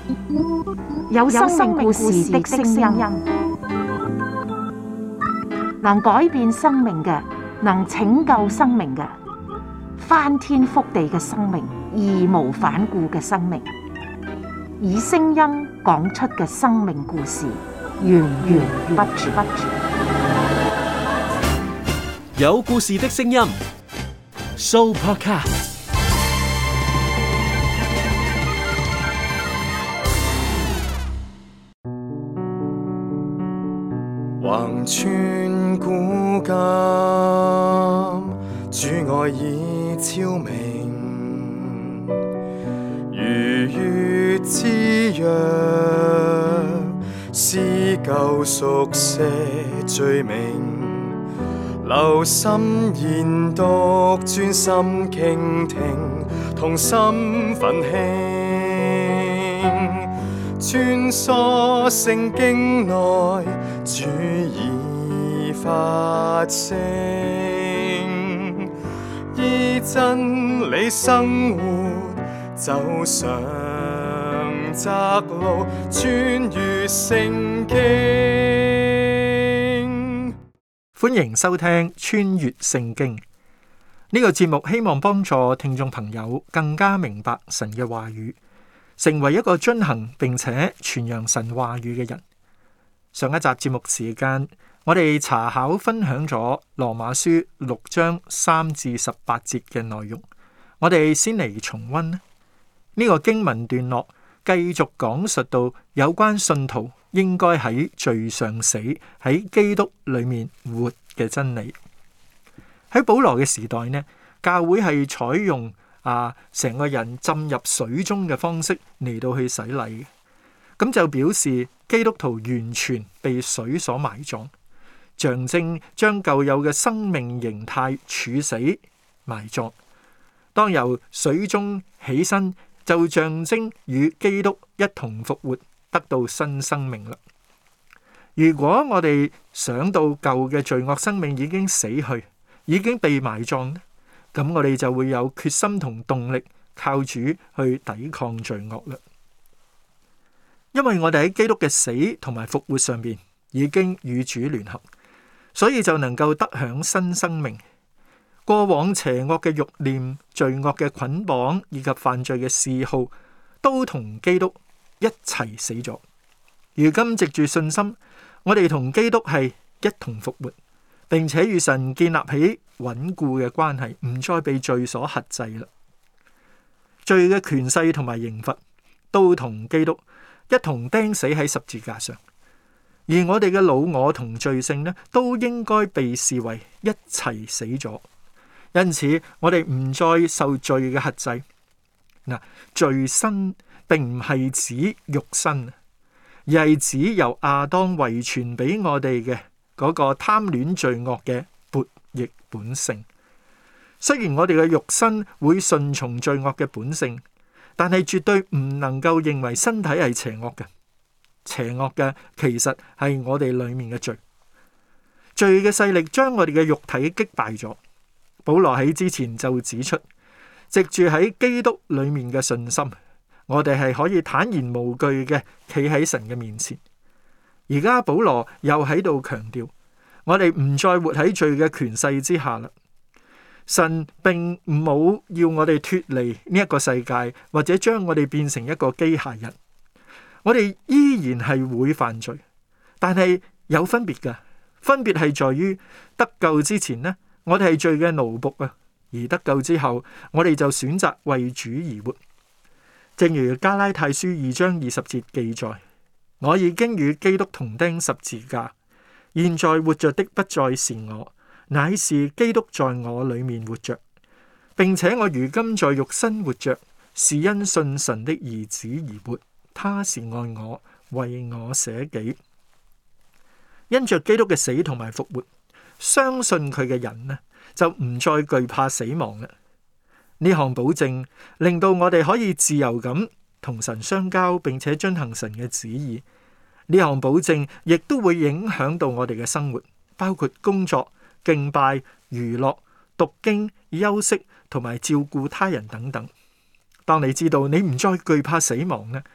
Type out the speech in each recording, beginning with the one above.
有生命故事的聲音，能改變生命嘅，能拯救生命嘅，翻天覆地嘅生命，義無反顧嘅生命，以聲音講出嘅生命故事，源源不絕。 有故事的聲音 ，Sooopodcast。 橫穿古今，主愛已超明，如月之約，撕舊熟寫罪名，留心研讀，專心傾聽，同心奮興，穿梭聖經內，主已發聲，依真理生活，走上窄路，穿越聖經。 歡迎收聽《穿越聖經》呢個節目，希望幫助聽眾朋友更加明白神嘅話語，成為一個遵行並且傳揚神話語嘅人。上一集節目時間，我哋查考分享咗羅馬書6章3至18節嘅內容。我哋先嚟重溫呢個經文段落，繼續講述到有關信徒應該喺罪上死，喺基督裏面活嘅真理。喺保羅嘅時代呢，教會係採用成個人浸入水中嘅方式嚟到去洗禮，咁就表示基督徒完全被水所埋葬，象徵將舊有嘅生命形態處死埋葬。當由水中起身，就象徵與基督一同復活，得到新生命啦。如果我哋想到舊嘅罪惡生命已經死去，已經被埋葬，咁我哋就會有決心同動力靠主去抵抗罪惡啦。因為我哋喺基督嘅死同埋復活上邊已經與主聯合，所以就能夠得享新生命。過往邪惡嘅慾念、罪惡嘅捆綁以及犯罪嘅嗜好，都同基督一齊死咗。如今藉住信心，我哋同基督係一同復活，並且與神建立起穩固嘅關係，唔再被罪所轄制啦。罪嘅權勢同埋刑罰都同基督一同釘死喺十字架上，而我哋嘅老我同罪性呢，都應該被視為一齊死咗。因此，我哋唔再受罪嘅轄制。罪身並唔係指肉身，而係指由亞當遺傳俾我哋嘅嗰個貪戀罪惡嘅悖逆本性。雖然我哋嘅肉身會順從罪惡嘅本性，但係絕對唔能夠認為身體係邪惡嘅。邪惡嘅其實係我哋裏面嘅罪。罪嘅勢力將我哋嘅肉體擊敗咗。保羅喺之前就指出，藉住喺基督裏面嘅信心，我哋係可以坦然無懼嘅企喺神嘅面前。而家保羅又喺度強調，我哋唔再活喺罪嘅權勢之下啦。神並冇要我哋脫離呢一個世界，或者將我哋變成一個機械人。我哋依然係會犯罪，但係有分別㗎。分別係在於得救之前呢，我哋係罪嘅奴僕啊；而得救之後，我哋就選擇為主而活。正如加拉太書2章20節記載：我已經與基督同釘十字架，現在活着的不再是我，乃是基督在我裏面活着，並且我如今在肉身活着，是因信神的兒子而活。他是愛我，為我捨己。因着基督嘅死同埋復活，相信佢嘅人呢，就唔再懼怕死亡啦。呢項保證令到我哋可以自由咁同神相交，並且遵行神嘅旨意。呢項保證亦都會影響到我哋嘅生活，包括工作、敬拜、娛樂、讀經、休息同埋照顧他人等等。當你知道你唔再懼怕死亡呢，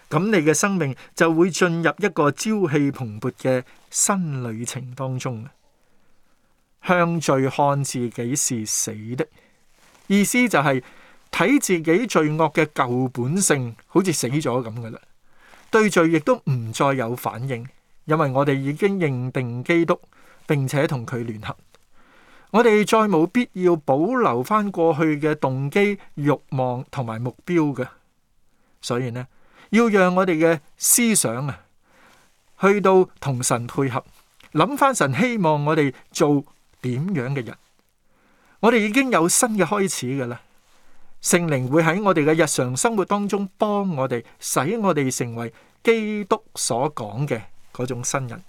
咁你嘅生命就會進入一個朝氣蓬勃嘅新旅程當中。向罪看自己是死的，意思就係睇自己罪惡嘅舊本性好似死咗咁嘅啦，對罪亦都唔再有反應，因為我哋已經認定基督，並且同佢聯合。我哋再冇必要保留翻過去嘅動機、慾望同埋目標嘅，所以呢，要讓我哋嘅思想去到同神配合，諗翻神希望我哋做點樣嘅人。我哋已經有新嘅開始㗎啦，聖靈會喺我哋嘅日常生活當中幫我哋，使我哋成為基督所講嘅嗰種新人。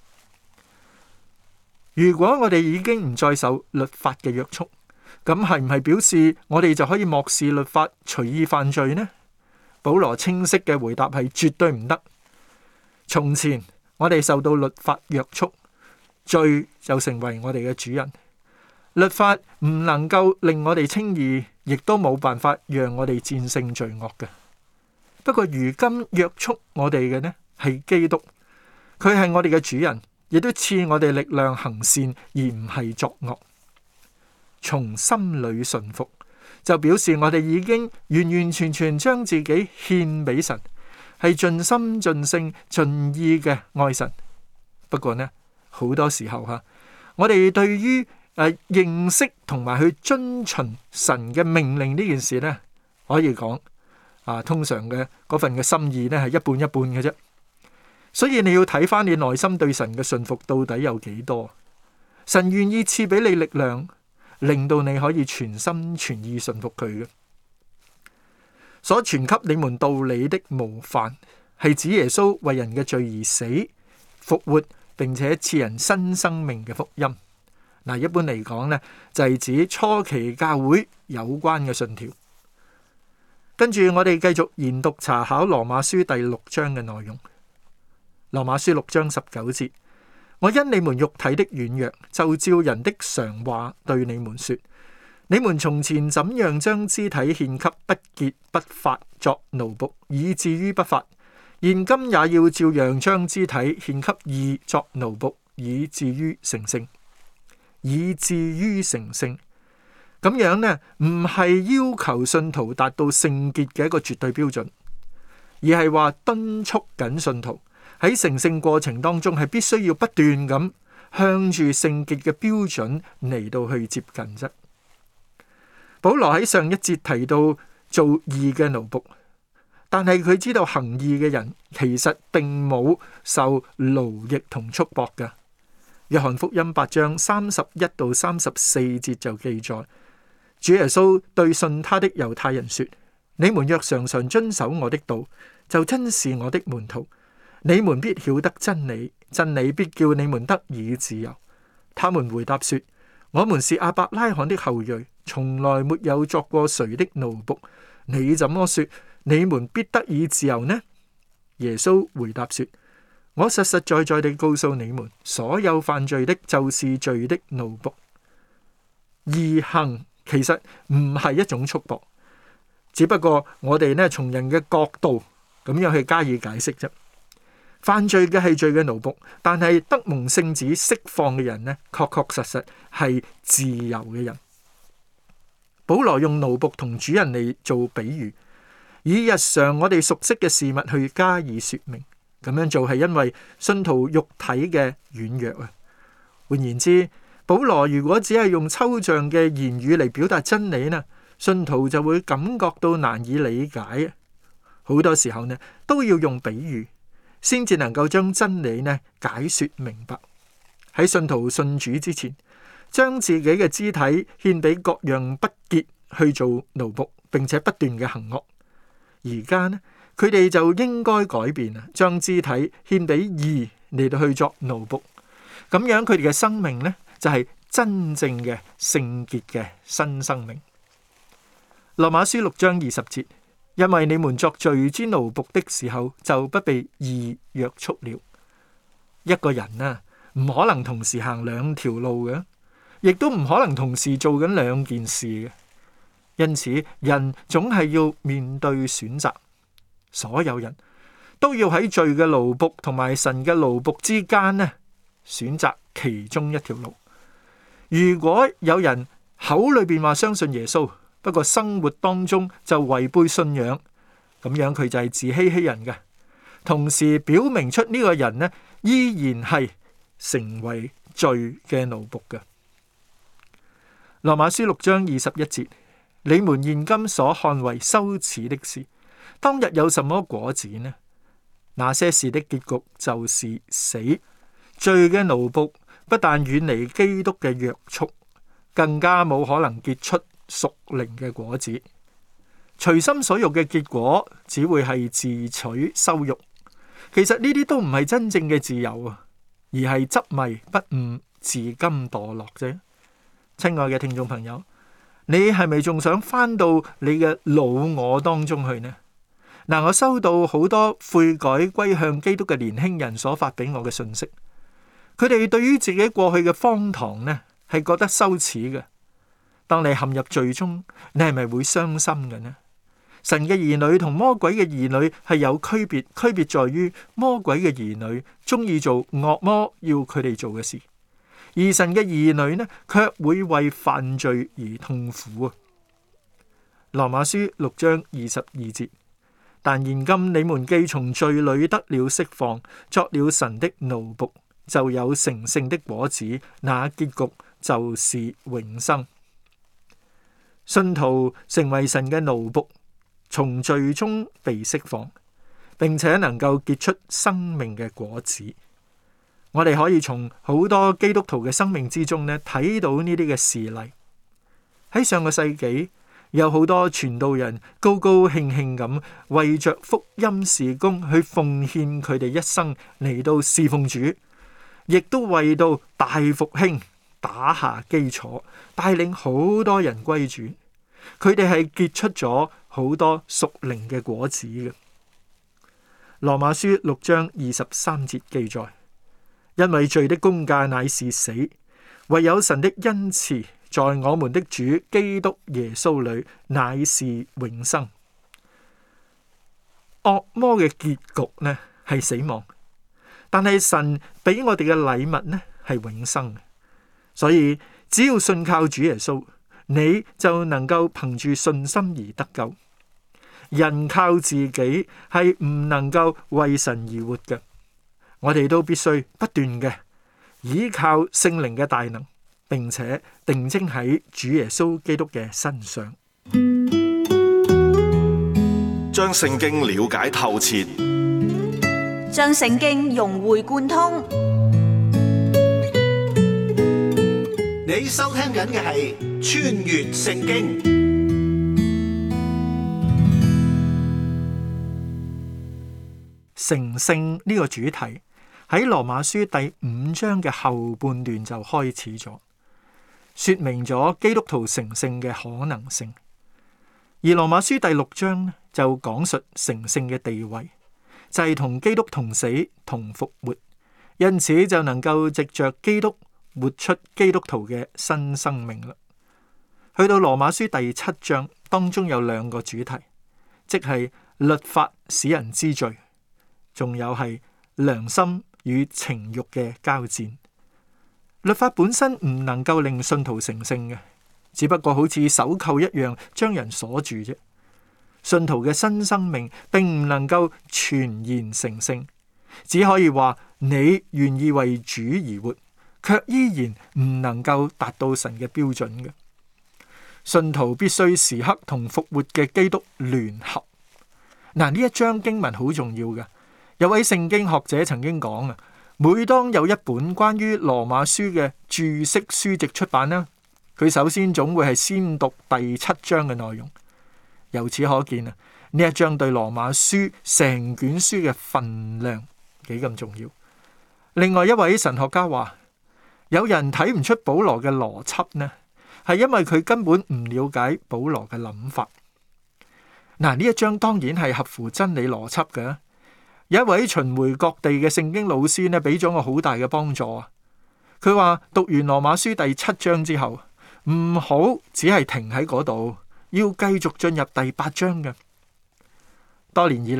如果我哋已經唔再受律法嘅約束，咁係唔係表示我哋就可以漠視律法，隨意犯罪呢？保羅清晰嘅回答係絕對唔得。從前我哋受到律法約束，罪就成為我哋嘅主人。律法唔能夠令我哋稱義，亦都冇辦法讓我哋戰勝罪惡嘅。不過如今約束我哋嘅呢，係基督，佢係我哋嘅主人，亦都賜我哋力量行善，而唔係作惡。從心裏順服，就表示我哋已經完完全全將自己獻俾神，係盡心盡性盡意嘅愛神。不過呢，好多時候我哋對於認識同埋去遵循神嘅命令呢件事呢，可以講通常嘅嗰份嘅心意呢係一半一半嘅啫。所以你要睇翻你內心對神嘅信服到底有幾多。神願意賜俾你力量，令到你可以全心全意信服佢嘅。所傳給你們道理的模範，係指耶穌為人嘅罪而死、復活，並且賜人新生命嘅福音。嗱，一般嚟講呢，就係指初期教會有關嘅信條。跟住我哋繼續研讀查考羅馬書第6章嘅內容。羅馬書6章19節，我因你們肉體的軟弱，就照人的常話對你們說：你們從前怎樣將肢體獻給不潔不法作奴僕，以至於不法，現今也要照樣將肢體獻給義作奴僕，以至於成聖。以至於成聖，咁樣呢，唔係要求信徒達到聖潔嘅一個絕對標準，而係話敦促緊信徒喺成聖過程當中係必須要不斷咁向住聖潔嘅標準嚟到去接近啫。保羅喺上一節提到做義嘅奴僕，但係佢知道行義嘅人其實並冇受奴役同束縛㗎。約翰福音8章31到34節就記載，主耶穌對信他的猶太人說：你們若常常遵守我的道，就真是我的門徒。你們必曉得真理，真理必叫你們得以自由。他們回答說：我們是亞伯拉罕的後裔，從來沒有作過誰的奴僕。你怎麼說你們必得以自由呢？耶穌回答說：我實實在在地告訴你們，所有犯罪的，就是罪的奴僕。義行其實唔係一種束縛，只不過我哋呢從人嘅角度咁樣去加以解釋啫。犯罪嘅係罪嘅奴僕，但係得蒙聖子釋放嘅人呢，確確實實係自由嘅人。保羅用奴僕同主人嚟做比喻，以日常我哋熟悉嘅事物去加以說明。咁樣做係因為信徒肉體嘅軟弱啊。換言之，保羅如果只係用抽象嘅言語嚟表達真理呢，信徒就會感覺到難以理解。好多時候呢，都要用比喻，先至能夠將真理呢解說明白。喺信徒信主之前，將自己嘅肢體獻俾各樣不潔去做奴僕，並且不斷嘅行惡。而家呢，佢哋就應該改變啊，將肢體獻俾義嚟到去作奴僕，咁樣佢哋嘅生命呢，就係真正嘅聖潔嘅新生命。羅馬書6章20節，因為你們作罪之奴僕的時候，就不被義約束了。一個人啊，唔可能同時行兩條路嘅，亦都唔可能同時做緊兩件事嘅。因此，人總係要面對選擇。所有人都要喺罪嘅奴僕同埋神嘅奴僕之間呢，選擇其中一條路。如果有人口裏邊話相信耶穌，不過生活當中就違背信仰，咁樣佢就係自欺欺人嘅，同時表明出呢個人呢，依然係成為罪嘅奴僕嘅。羅馬書6章21節，你們現今所看為羞恥的事，當日有什麼果子呢？那些事的結局就是死。罪嘅奴僕不但遠離基督嘅約束，更加冇可能結出屬靈嘅果子。隨心所欲嘅結果只會係自取羞辱。其實呢啲都唔係真正嘅自由啊，而係執迷不悟、自甘墮落啫。親愛嘅聽眾朋友，你係咪仲想返到你嘅老我當中去呢？嗱，我收到好多悔改歸向基督嘅年輕人所發俾我嘅信息，佢哋對於自己過去嘅荒唐呢，係覺得羞恥嘅。當你陷入罪中，你係咪會傷心嘅呢？神嘅兒女同魔鬼嘅兒女係有區別，區別在於魔鬼嘅兒女中意做惡魔要佢哋做嘅事，而神嘅兒女呢，卻會為犯罪而痛苦啊。羅馬書6章22節，但現今你們既從罪裏得了釋放，作了神的奴僕，就有成聖的果子，那結局就是永生。信徒成為神嘅奴僕，從罪中被釋放，並且能夠結出生命嘅果子。我哋可以從好多基督徒嘅生命之中呢，睇到呢啲嘅事例。喺上個世紀，有好多傳道人高高興興咁為着福音事工去奉獻佢哋一生嚟到侍奉主，亦都為到大復興打下基礎，帶領好多人歸主。佢哋係結出咗好多屬靈嘅果子嘅。羅馬書6章23節記載，因為罪的工價乃是死，唯有神的恩慈在我們的主基督耶穌裏乃是永生。惡魔嘅結局呢係死亡，但係神俾我哋嘅禮物呢係永生。所以只要信靠主耶穌，你就能夠憑住信心而得救。人靠自己係唔能夠為神而活嘅，我哋都必須不斷嘅依靠聖靈嘅大能，並且定睛喺主耶穌基督嘅身上， 將聖經了解透徹， 將聖經融會貫通。 你收聽緊嘅係穿越聖經。 成聖呢個主題喺羅馬書第5章嘅後半段就開始咗，說明咗基督徒成聖嘅可能性。而羅馬書第6章就講述成聖嘅地位，就係同基督同死同復活，因此就能夠藉着基督活出基督徒嘅新生命啦。去到羅馬書第7章當中有2個主題，即係律法使人知罪，仲有係良心與情慾嘅交戰。律法本身唔能夠令信徒成聖嘅，只不過好似手扣一樣將人鎖住啫。信徒嘅新生命並唔能夠全然成聖，只可以話你願意為主而活，卻依然唔能夠達到神嘅標準嘅。信徒必須時刻同復活嘅基督聯合。嗱，呢一章經文好重要嘅。有位聖經學者曾經講啊，每當有一本關於羅馬書嘅注釋書籍出版啦，佢首先總會係先讀第7章嘅內容。由此可見啊，呢一章對羅馬書成卷書嘅分量幾咁重要。另外一位神學家話，有人睇唔出保羅嘅邏輯呢，係因為佢根本唔了解保羅嘅諗法。嗱，呢一章當然係合乎真理邏輯嘅。有一位巡迴各地嘅聖經老師呢，俾咗我好大嘅幫助啊！佢話讀完羅馬書第7章之後，唔好只係停喺嗰度，要繼續進入第8章嘅。多年以嚟，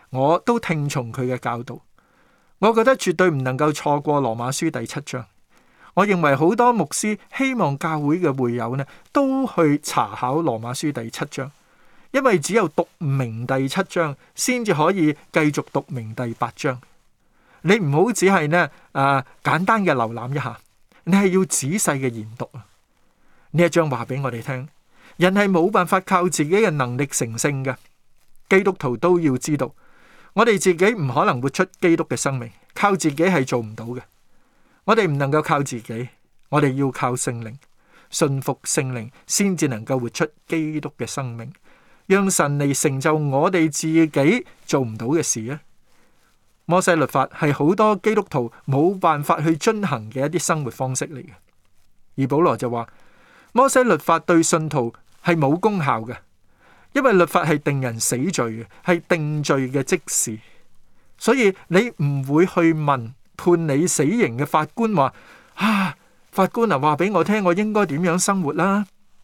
我都聽從佢嘅教導。我覺得絕對唔能夠錯過羅馬書第7章。我認為好多牧師希望教會嘅會友呢都去查考羅馬書第7章，因為只有讀明第7章，先至可以繼續讀明第8章。你唔好只係呢簡單嘅瀏覽一下，你係要仔細嘅研讀啊！呢一章話俾我哋聽，人係冇辦法靠自己嘅能力成聖嘅。基督徒都要知道，我哋自己唔可能活出基督嘅生命，靠自己係做唔到嘅。我哋唔能夠靠自己，我哋要靠聖靈，信服聖靈，先至能夠活出基督嘅生命，讓神嚟成就我哋自己做唔到嘅事啊！摩西律法係好多基督徒冇辦法去遵行嘅一啲生活方式嚟嘅，而保羅就話摩西律法對信徒係冇功效嘅，因為律法係定人死罪嘅，係定罪嘅職事，所以你唔會去問判你死刑嘅法官話法官啊，話俾我聽我應該點樣生活啦。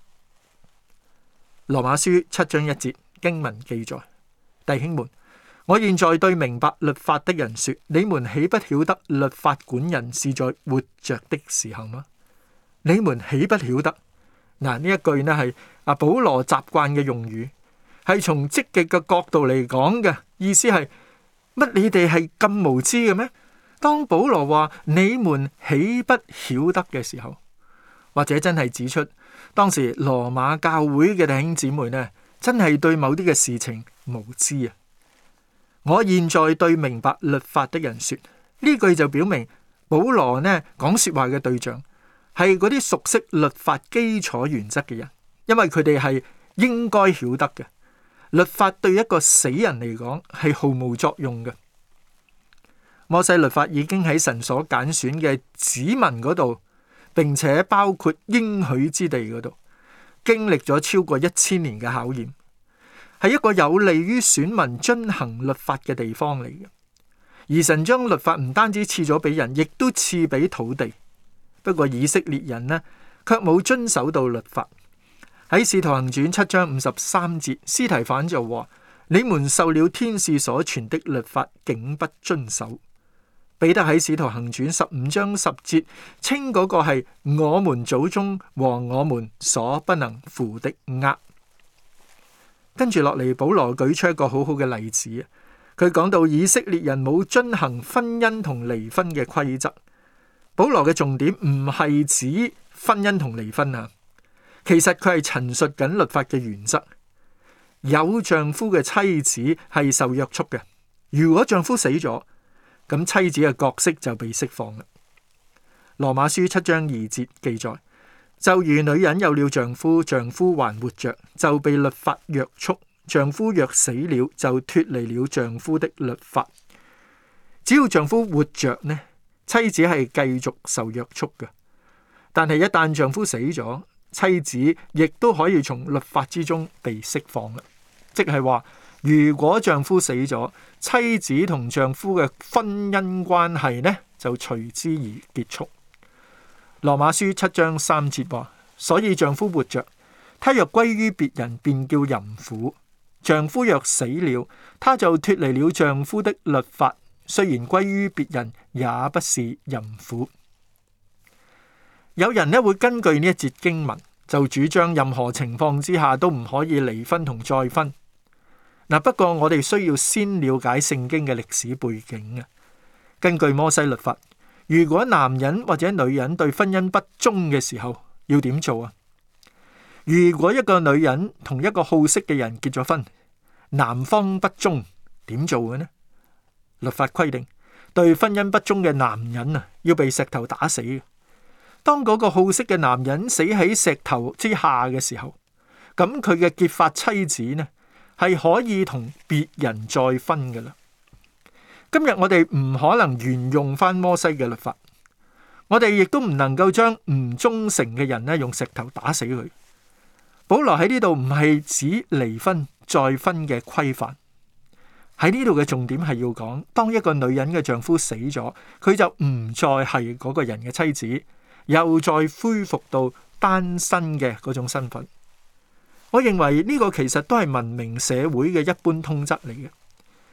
羅馬書7章1節經文記載：弟兄們，我現在對明白律法的人說，你們豈不曉得律法管人是在活着的時候嗎？你們豈不曉得？嗱，呢一句呢係保羅習慣嘅用語，係從積極嘅角度嚟講嘅，意思係乜？你哋係咁無知嘅咩？當保羅話你們豈不曉得嘅時候，或者真係指出當時羅馬教會嘅弟兄姊妹呢，真係對某啲嘅事情無知啊！我現在對明白律法的人說，呢句就表明保羅呢講說話嘅對象係嗰啲熟悉律法基礎原則嘅人，因為佢哋係應該曉得嘅。律法對一個死人嚟講係毫無作用嘅。摩西律法已經喺神所揀選嘅子民嗰度，並且包括應許之地嗰度，經歷咗超過1000年嘅考驗，係一個有利於選民遵行律法嘅地方嚟嘅。而神將律法唔單止賜咗俾人，亦都賜俾土地。不過以色列人呢，卻冇遵守到律法。喺使徒行傳7章53節，司提反就話：你們受了天使所傳的律法，竟不遵守。彼得喺使徒行傳15章10節，稱嗰個係我們祖宗和我們所不能負的軛。跟住落嚟，保羅舉出一個好好嘅例子，佢講到以色列人冇遵行婚姻同離婚嘅規則。保羅嘅重點唔係指婚姻同離婚啊，其實佢係陳述緊律法嘅原則。有丈夫嘅妻子係受約束嘅，如果丈夫死咗，咁妻子嘅角色就被釋放啦。羅馬書7章2節記載：就如女人有了丈夫，丈夫還活着，就被律法約束；丈夫若死了，就脫離了丈夫的律法。只要丈夫活着呢，妻子係繼續受約束嘅。但係一旦丈夫死咗，妻子亦都可以從律法之中被釋放啦。即係話，如果丈夫死咗，妻子同丈夫嘅婚姻關係呢就隨之而結束。羅馬書7章3節話：所以丈夫活着，他若歸於別人，便叫淫婦；丈夫若死了，他就脫離了丈夫的律法，雖然歸於別人，也不是淫婦。有人呢會根據呢一節經文，就主張任何情況之下都唔可以離婚同再婚。不過我哋需要先了解聖經嘅歷史背景啊。根據摩西律法，如果男人或者女人對婚姻不忠嘅時候，要點做啊？如果一個女人同一個好色嘅人結咗婚，男方不忠，點做嘅呢？律法規定，對婚姻不忠嘅男人啊，要被石頭打死嘅。當嗰個好色嘅男人死喺石頭之下嘅時候，咁佢嘅結髮妻子呢，係可以同別人再婚㗎喇。今日我哋唔可能沿用翻摩西嘅律法，我哋亦都唔能夠將唔忠誠嘅人呢用石頭打死佢。保羅喺呢度唔係指離婚再婚嘅規範，喺呢度嘅重點係要講，當一個女人嘅丈夫死咗，佢就唔再係嗰個人嘅妻子，又再恢復到單身嘅嗰種身份。我認為呢個其實都係文明社會嘅一般通則嚟嘅。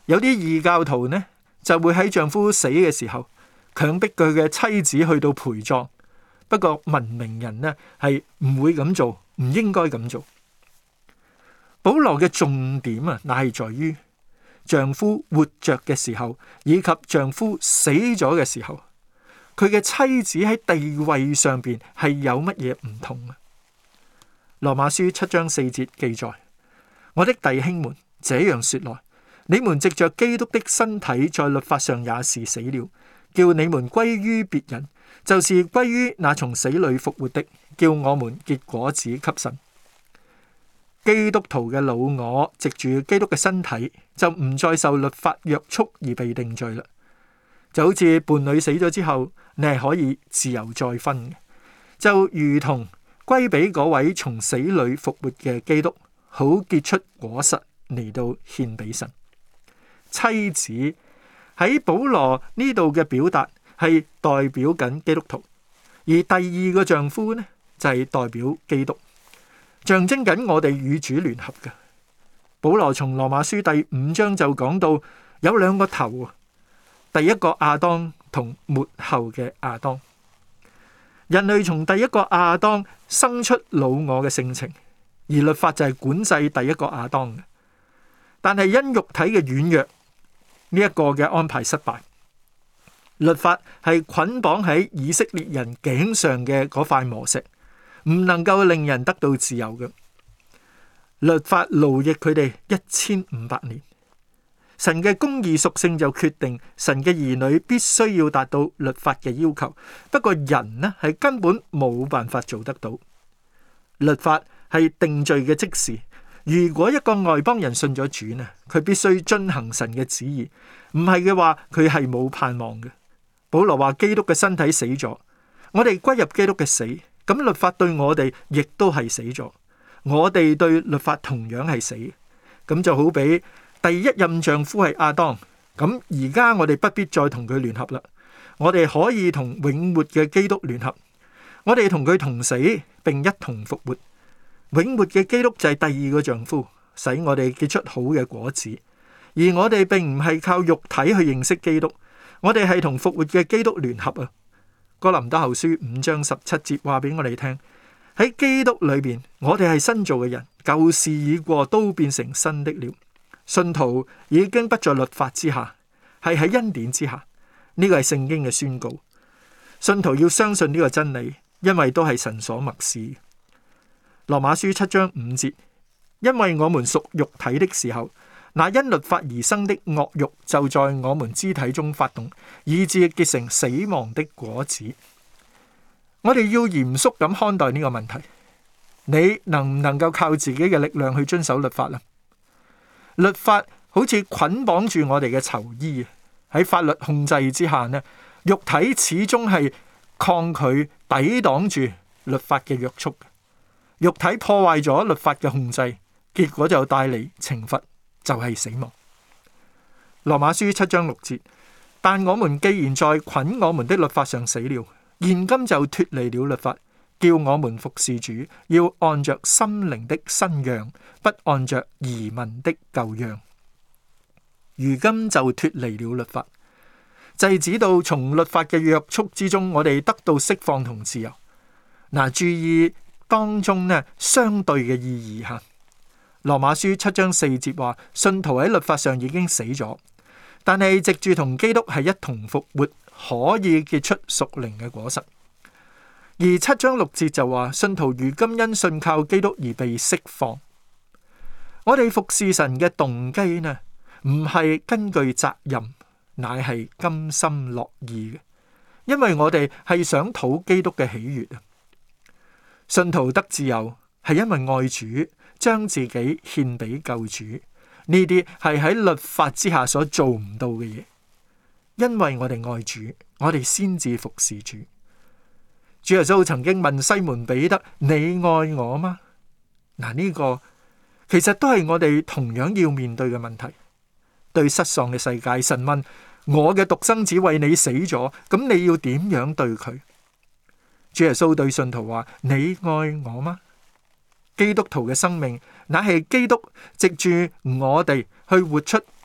有啲異教徒呢，就會喺丈夫死嘅時候強迫佢嘅妻子去到陪葬。不過文明人呢係唔會咁做，唔應該咁做。保羅嘅重點啊，乃係在於丈夫活着嘅時候，以及丈夫死咗嘅時候，佢嘅妻子喺地位上邊係有乜嘢唔同啊？羅馬書7章4節記載：我的弟兄們，這樣說來，你們藉着基督的身體在律法上也是死了，叫你們歸於別人，就是歸於那從死裏復活的，叫我們結果子給神。基督徒嘅老我藉住基督嘅身體，就唔再受律法約束而被定罪啦。就好似伴侶死咗之後，你係可以自由再婚嘅，就如同歸俾嗰位從死裏復活嘅基督，好結出果實嚟到獻俾神。妻子喺保羅呢度嘅表達係代表緊基督徒，而第二個丈夫呢就係代表基督，象徵緊我哋與主聯合嘅。保羅從羅馬書第5章就講到有兩個頭，第一個亞當同末後嘅亞當。人類從第一個亞當生出老我嘅性情，而律法就係管制第一個亞當嘅。但係因肉體嘅軟弱，呢一個嘅安排失敗。律法係捆綁喺以色列人頸上嘅嗰塊磨石，唔能夠令人得到自由嘅。律法奴役佢哋1500年，神嘅公義屬性就決定神嘅兒女必須要達到律法嘅要求。不過人呢係根本冇辦法做得到。律法係定罪嘅即時。如果一個外邦人信咗主呢，佢必須遵行神嘅旨意，唔係嘅話，佢係冇盼望嘅。保羅話基督嘅身體死咗，我哋歸入基督嘅死，咁律法對我哋亦都係死咗，我哋對律法同樣係死。咁就好比第一任丈夫係亞當，咁而家我哋不必再同佢聯合啦，我哋可以同永活嘅基督聯合，我哋同佢同死，並一同復活。永活嘅基督就係第二個丈夫，使我哋結出好嘅果子。而我哋並唔係靠肉體去認識基督，我哋係同復活嘅基督聯合啊。哥林多後書5章17節話俾我哋聽，喺基督裏邊，我哋係新造嘅人，舊事已過，都變成新的了。信徒已經不在律法之下，係喺恩典之下。呢個係聖經嘅宣告。信徒要相信呢個真理，因為都係神所默示。羅馬書7章5節，因為我們屬肉體的時候，那因律法而生的惡欲就在我們肢體中發動，以致結成死亡的果子。我哋要嚴肅咁看待呢個問題。你能唔能夠靠自己嘅力量去遵守律法啊？律法好似捆綁住我哋嘅囚衣，喺法律控制之下呢，肉體始終係抗拒抵擋住律法嘅約束。肉體破壞咗律法嘅控制，結果就帶嚟懲罰，就係死亡。羅馬書7章6節，但我們既然在捆我們的律法上死了，現今就脫離了律法，叫我們服侍主，要按着心靈的新樣，不按着儀文的舊樣。如今就脫離了律法，就係指到從律法嘅約束之中，我哋得到釋放同自由。嗱，注意當中呢相對嘅意義吓。羅馬書7章4節話，信徒喺律法上已經死咗，但係藉住同基督係一同復活，可以結出屬靈嘅果實。而7章6節就話，信徒如今因信靠基督而被釋放。我哋服侍神嘅動機呢，唔係根據責任，乃係甘心樂意嘅，因為我哋係想討基督嘅喜悅啊。信徒得自由係因為愛主，將自己獻俾救主。呢啲係喺律法之下所做唔到嘅嘢。因為我哋愛主，我哋先至服侍主。主耶穌曾經問西門彼得：你愛我嗎？嗱，呢個其實都係我哋同樣要面對嘅問題。對失喪嘅世界，神問：我嘅獨生子為你死咗，咁你要點樣對佢？主耶穌對信徒話：你愛我嗎？基督徒嘅生命乃係基督藉住我哋去活出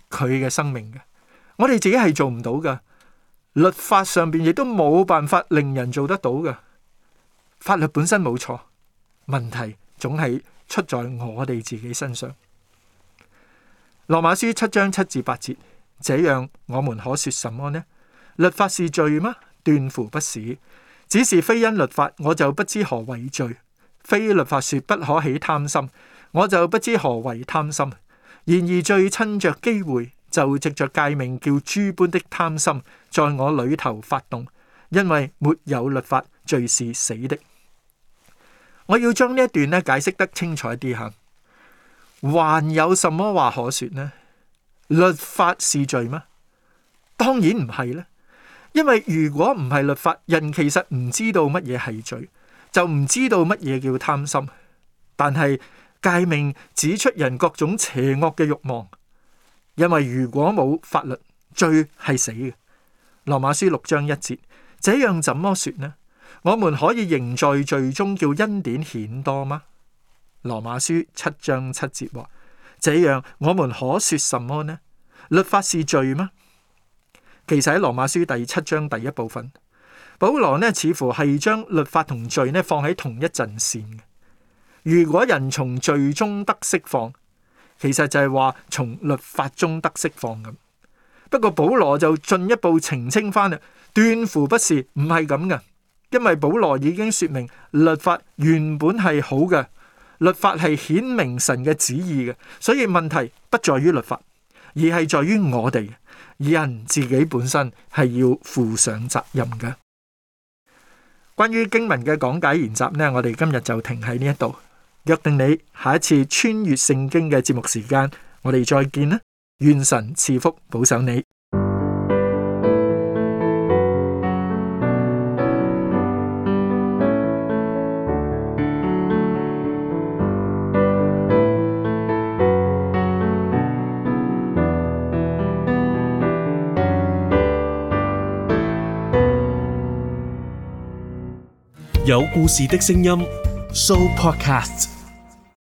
佢嘅生命嘅。我哋自己係做唔到㗎，律法上邊亦都冇辦法令人做得到㗎。法律本身冇錯，問題總係出在我哋自己身上。羅馬書7章7至8節，這樣我們可說什麼呢？律法是罪嗎？斷乎不是。只是非因律法，我就不知何為罪。非律法說不可起貪心，我就不知何為貪心。然而罪趁着機會，就藉着誡命叫諸般的貪心在我裏頭發動，因為沒有律法，罪是死的。我要將呢一段解釋得清楚一啲吓。還有什麼話可說呢？律法是罪嗎？當然唔係啦，因為如果唔係律法，人其實唔知道乜嘢係罪，就唔知道乜嘢叫貪心。但係誡命指出人各種邪惡嘅慾望，因為如果冇法律，罪係死嘅。羅馬書6章1節，這樣怎麼說呢？我們可以仍在罪中叫恩典顯多嗎？羅馬書7章7節話，這樣我們可說什麼呢？律法是罪嗎？其實喺羅馬書第7章第1部分，保羅似乎係將律法同罪放喺同一陣線嘅。如果人從罪中得釋放，其實就係話從律法中得釋放咁。不過保羅就進一步澄清翻啦，斷乎不是，唔係咁嘅。因為保羅已經說明律法原本係好嘅，律法係顯明神嘅旨意嘅，所以問題不在於律法，而係在於我哋人自己本身係要負上責任嘅。關於經文嘅講解研習呢，我哋今日就停喺呢一度，約定你下一次穿越聖經嘅節目時間，我哋再見啦！願神賜福保守你。 有故事的聲音 Show Podcast。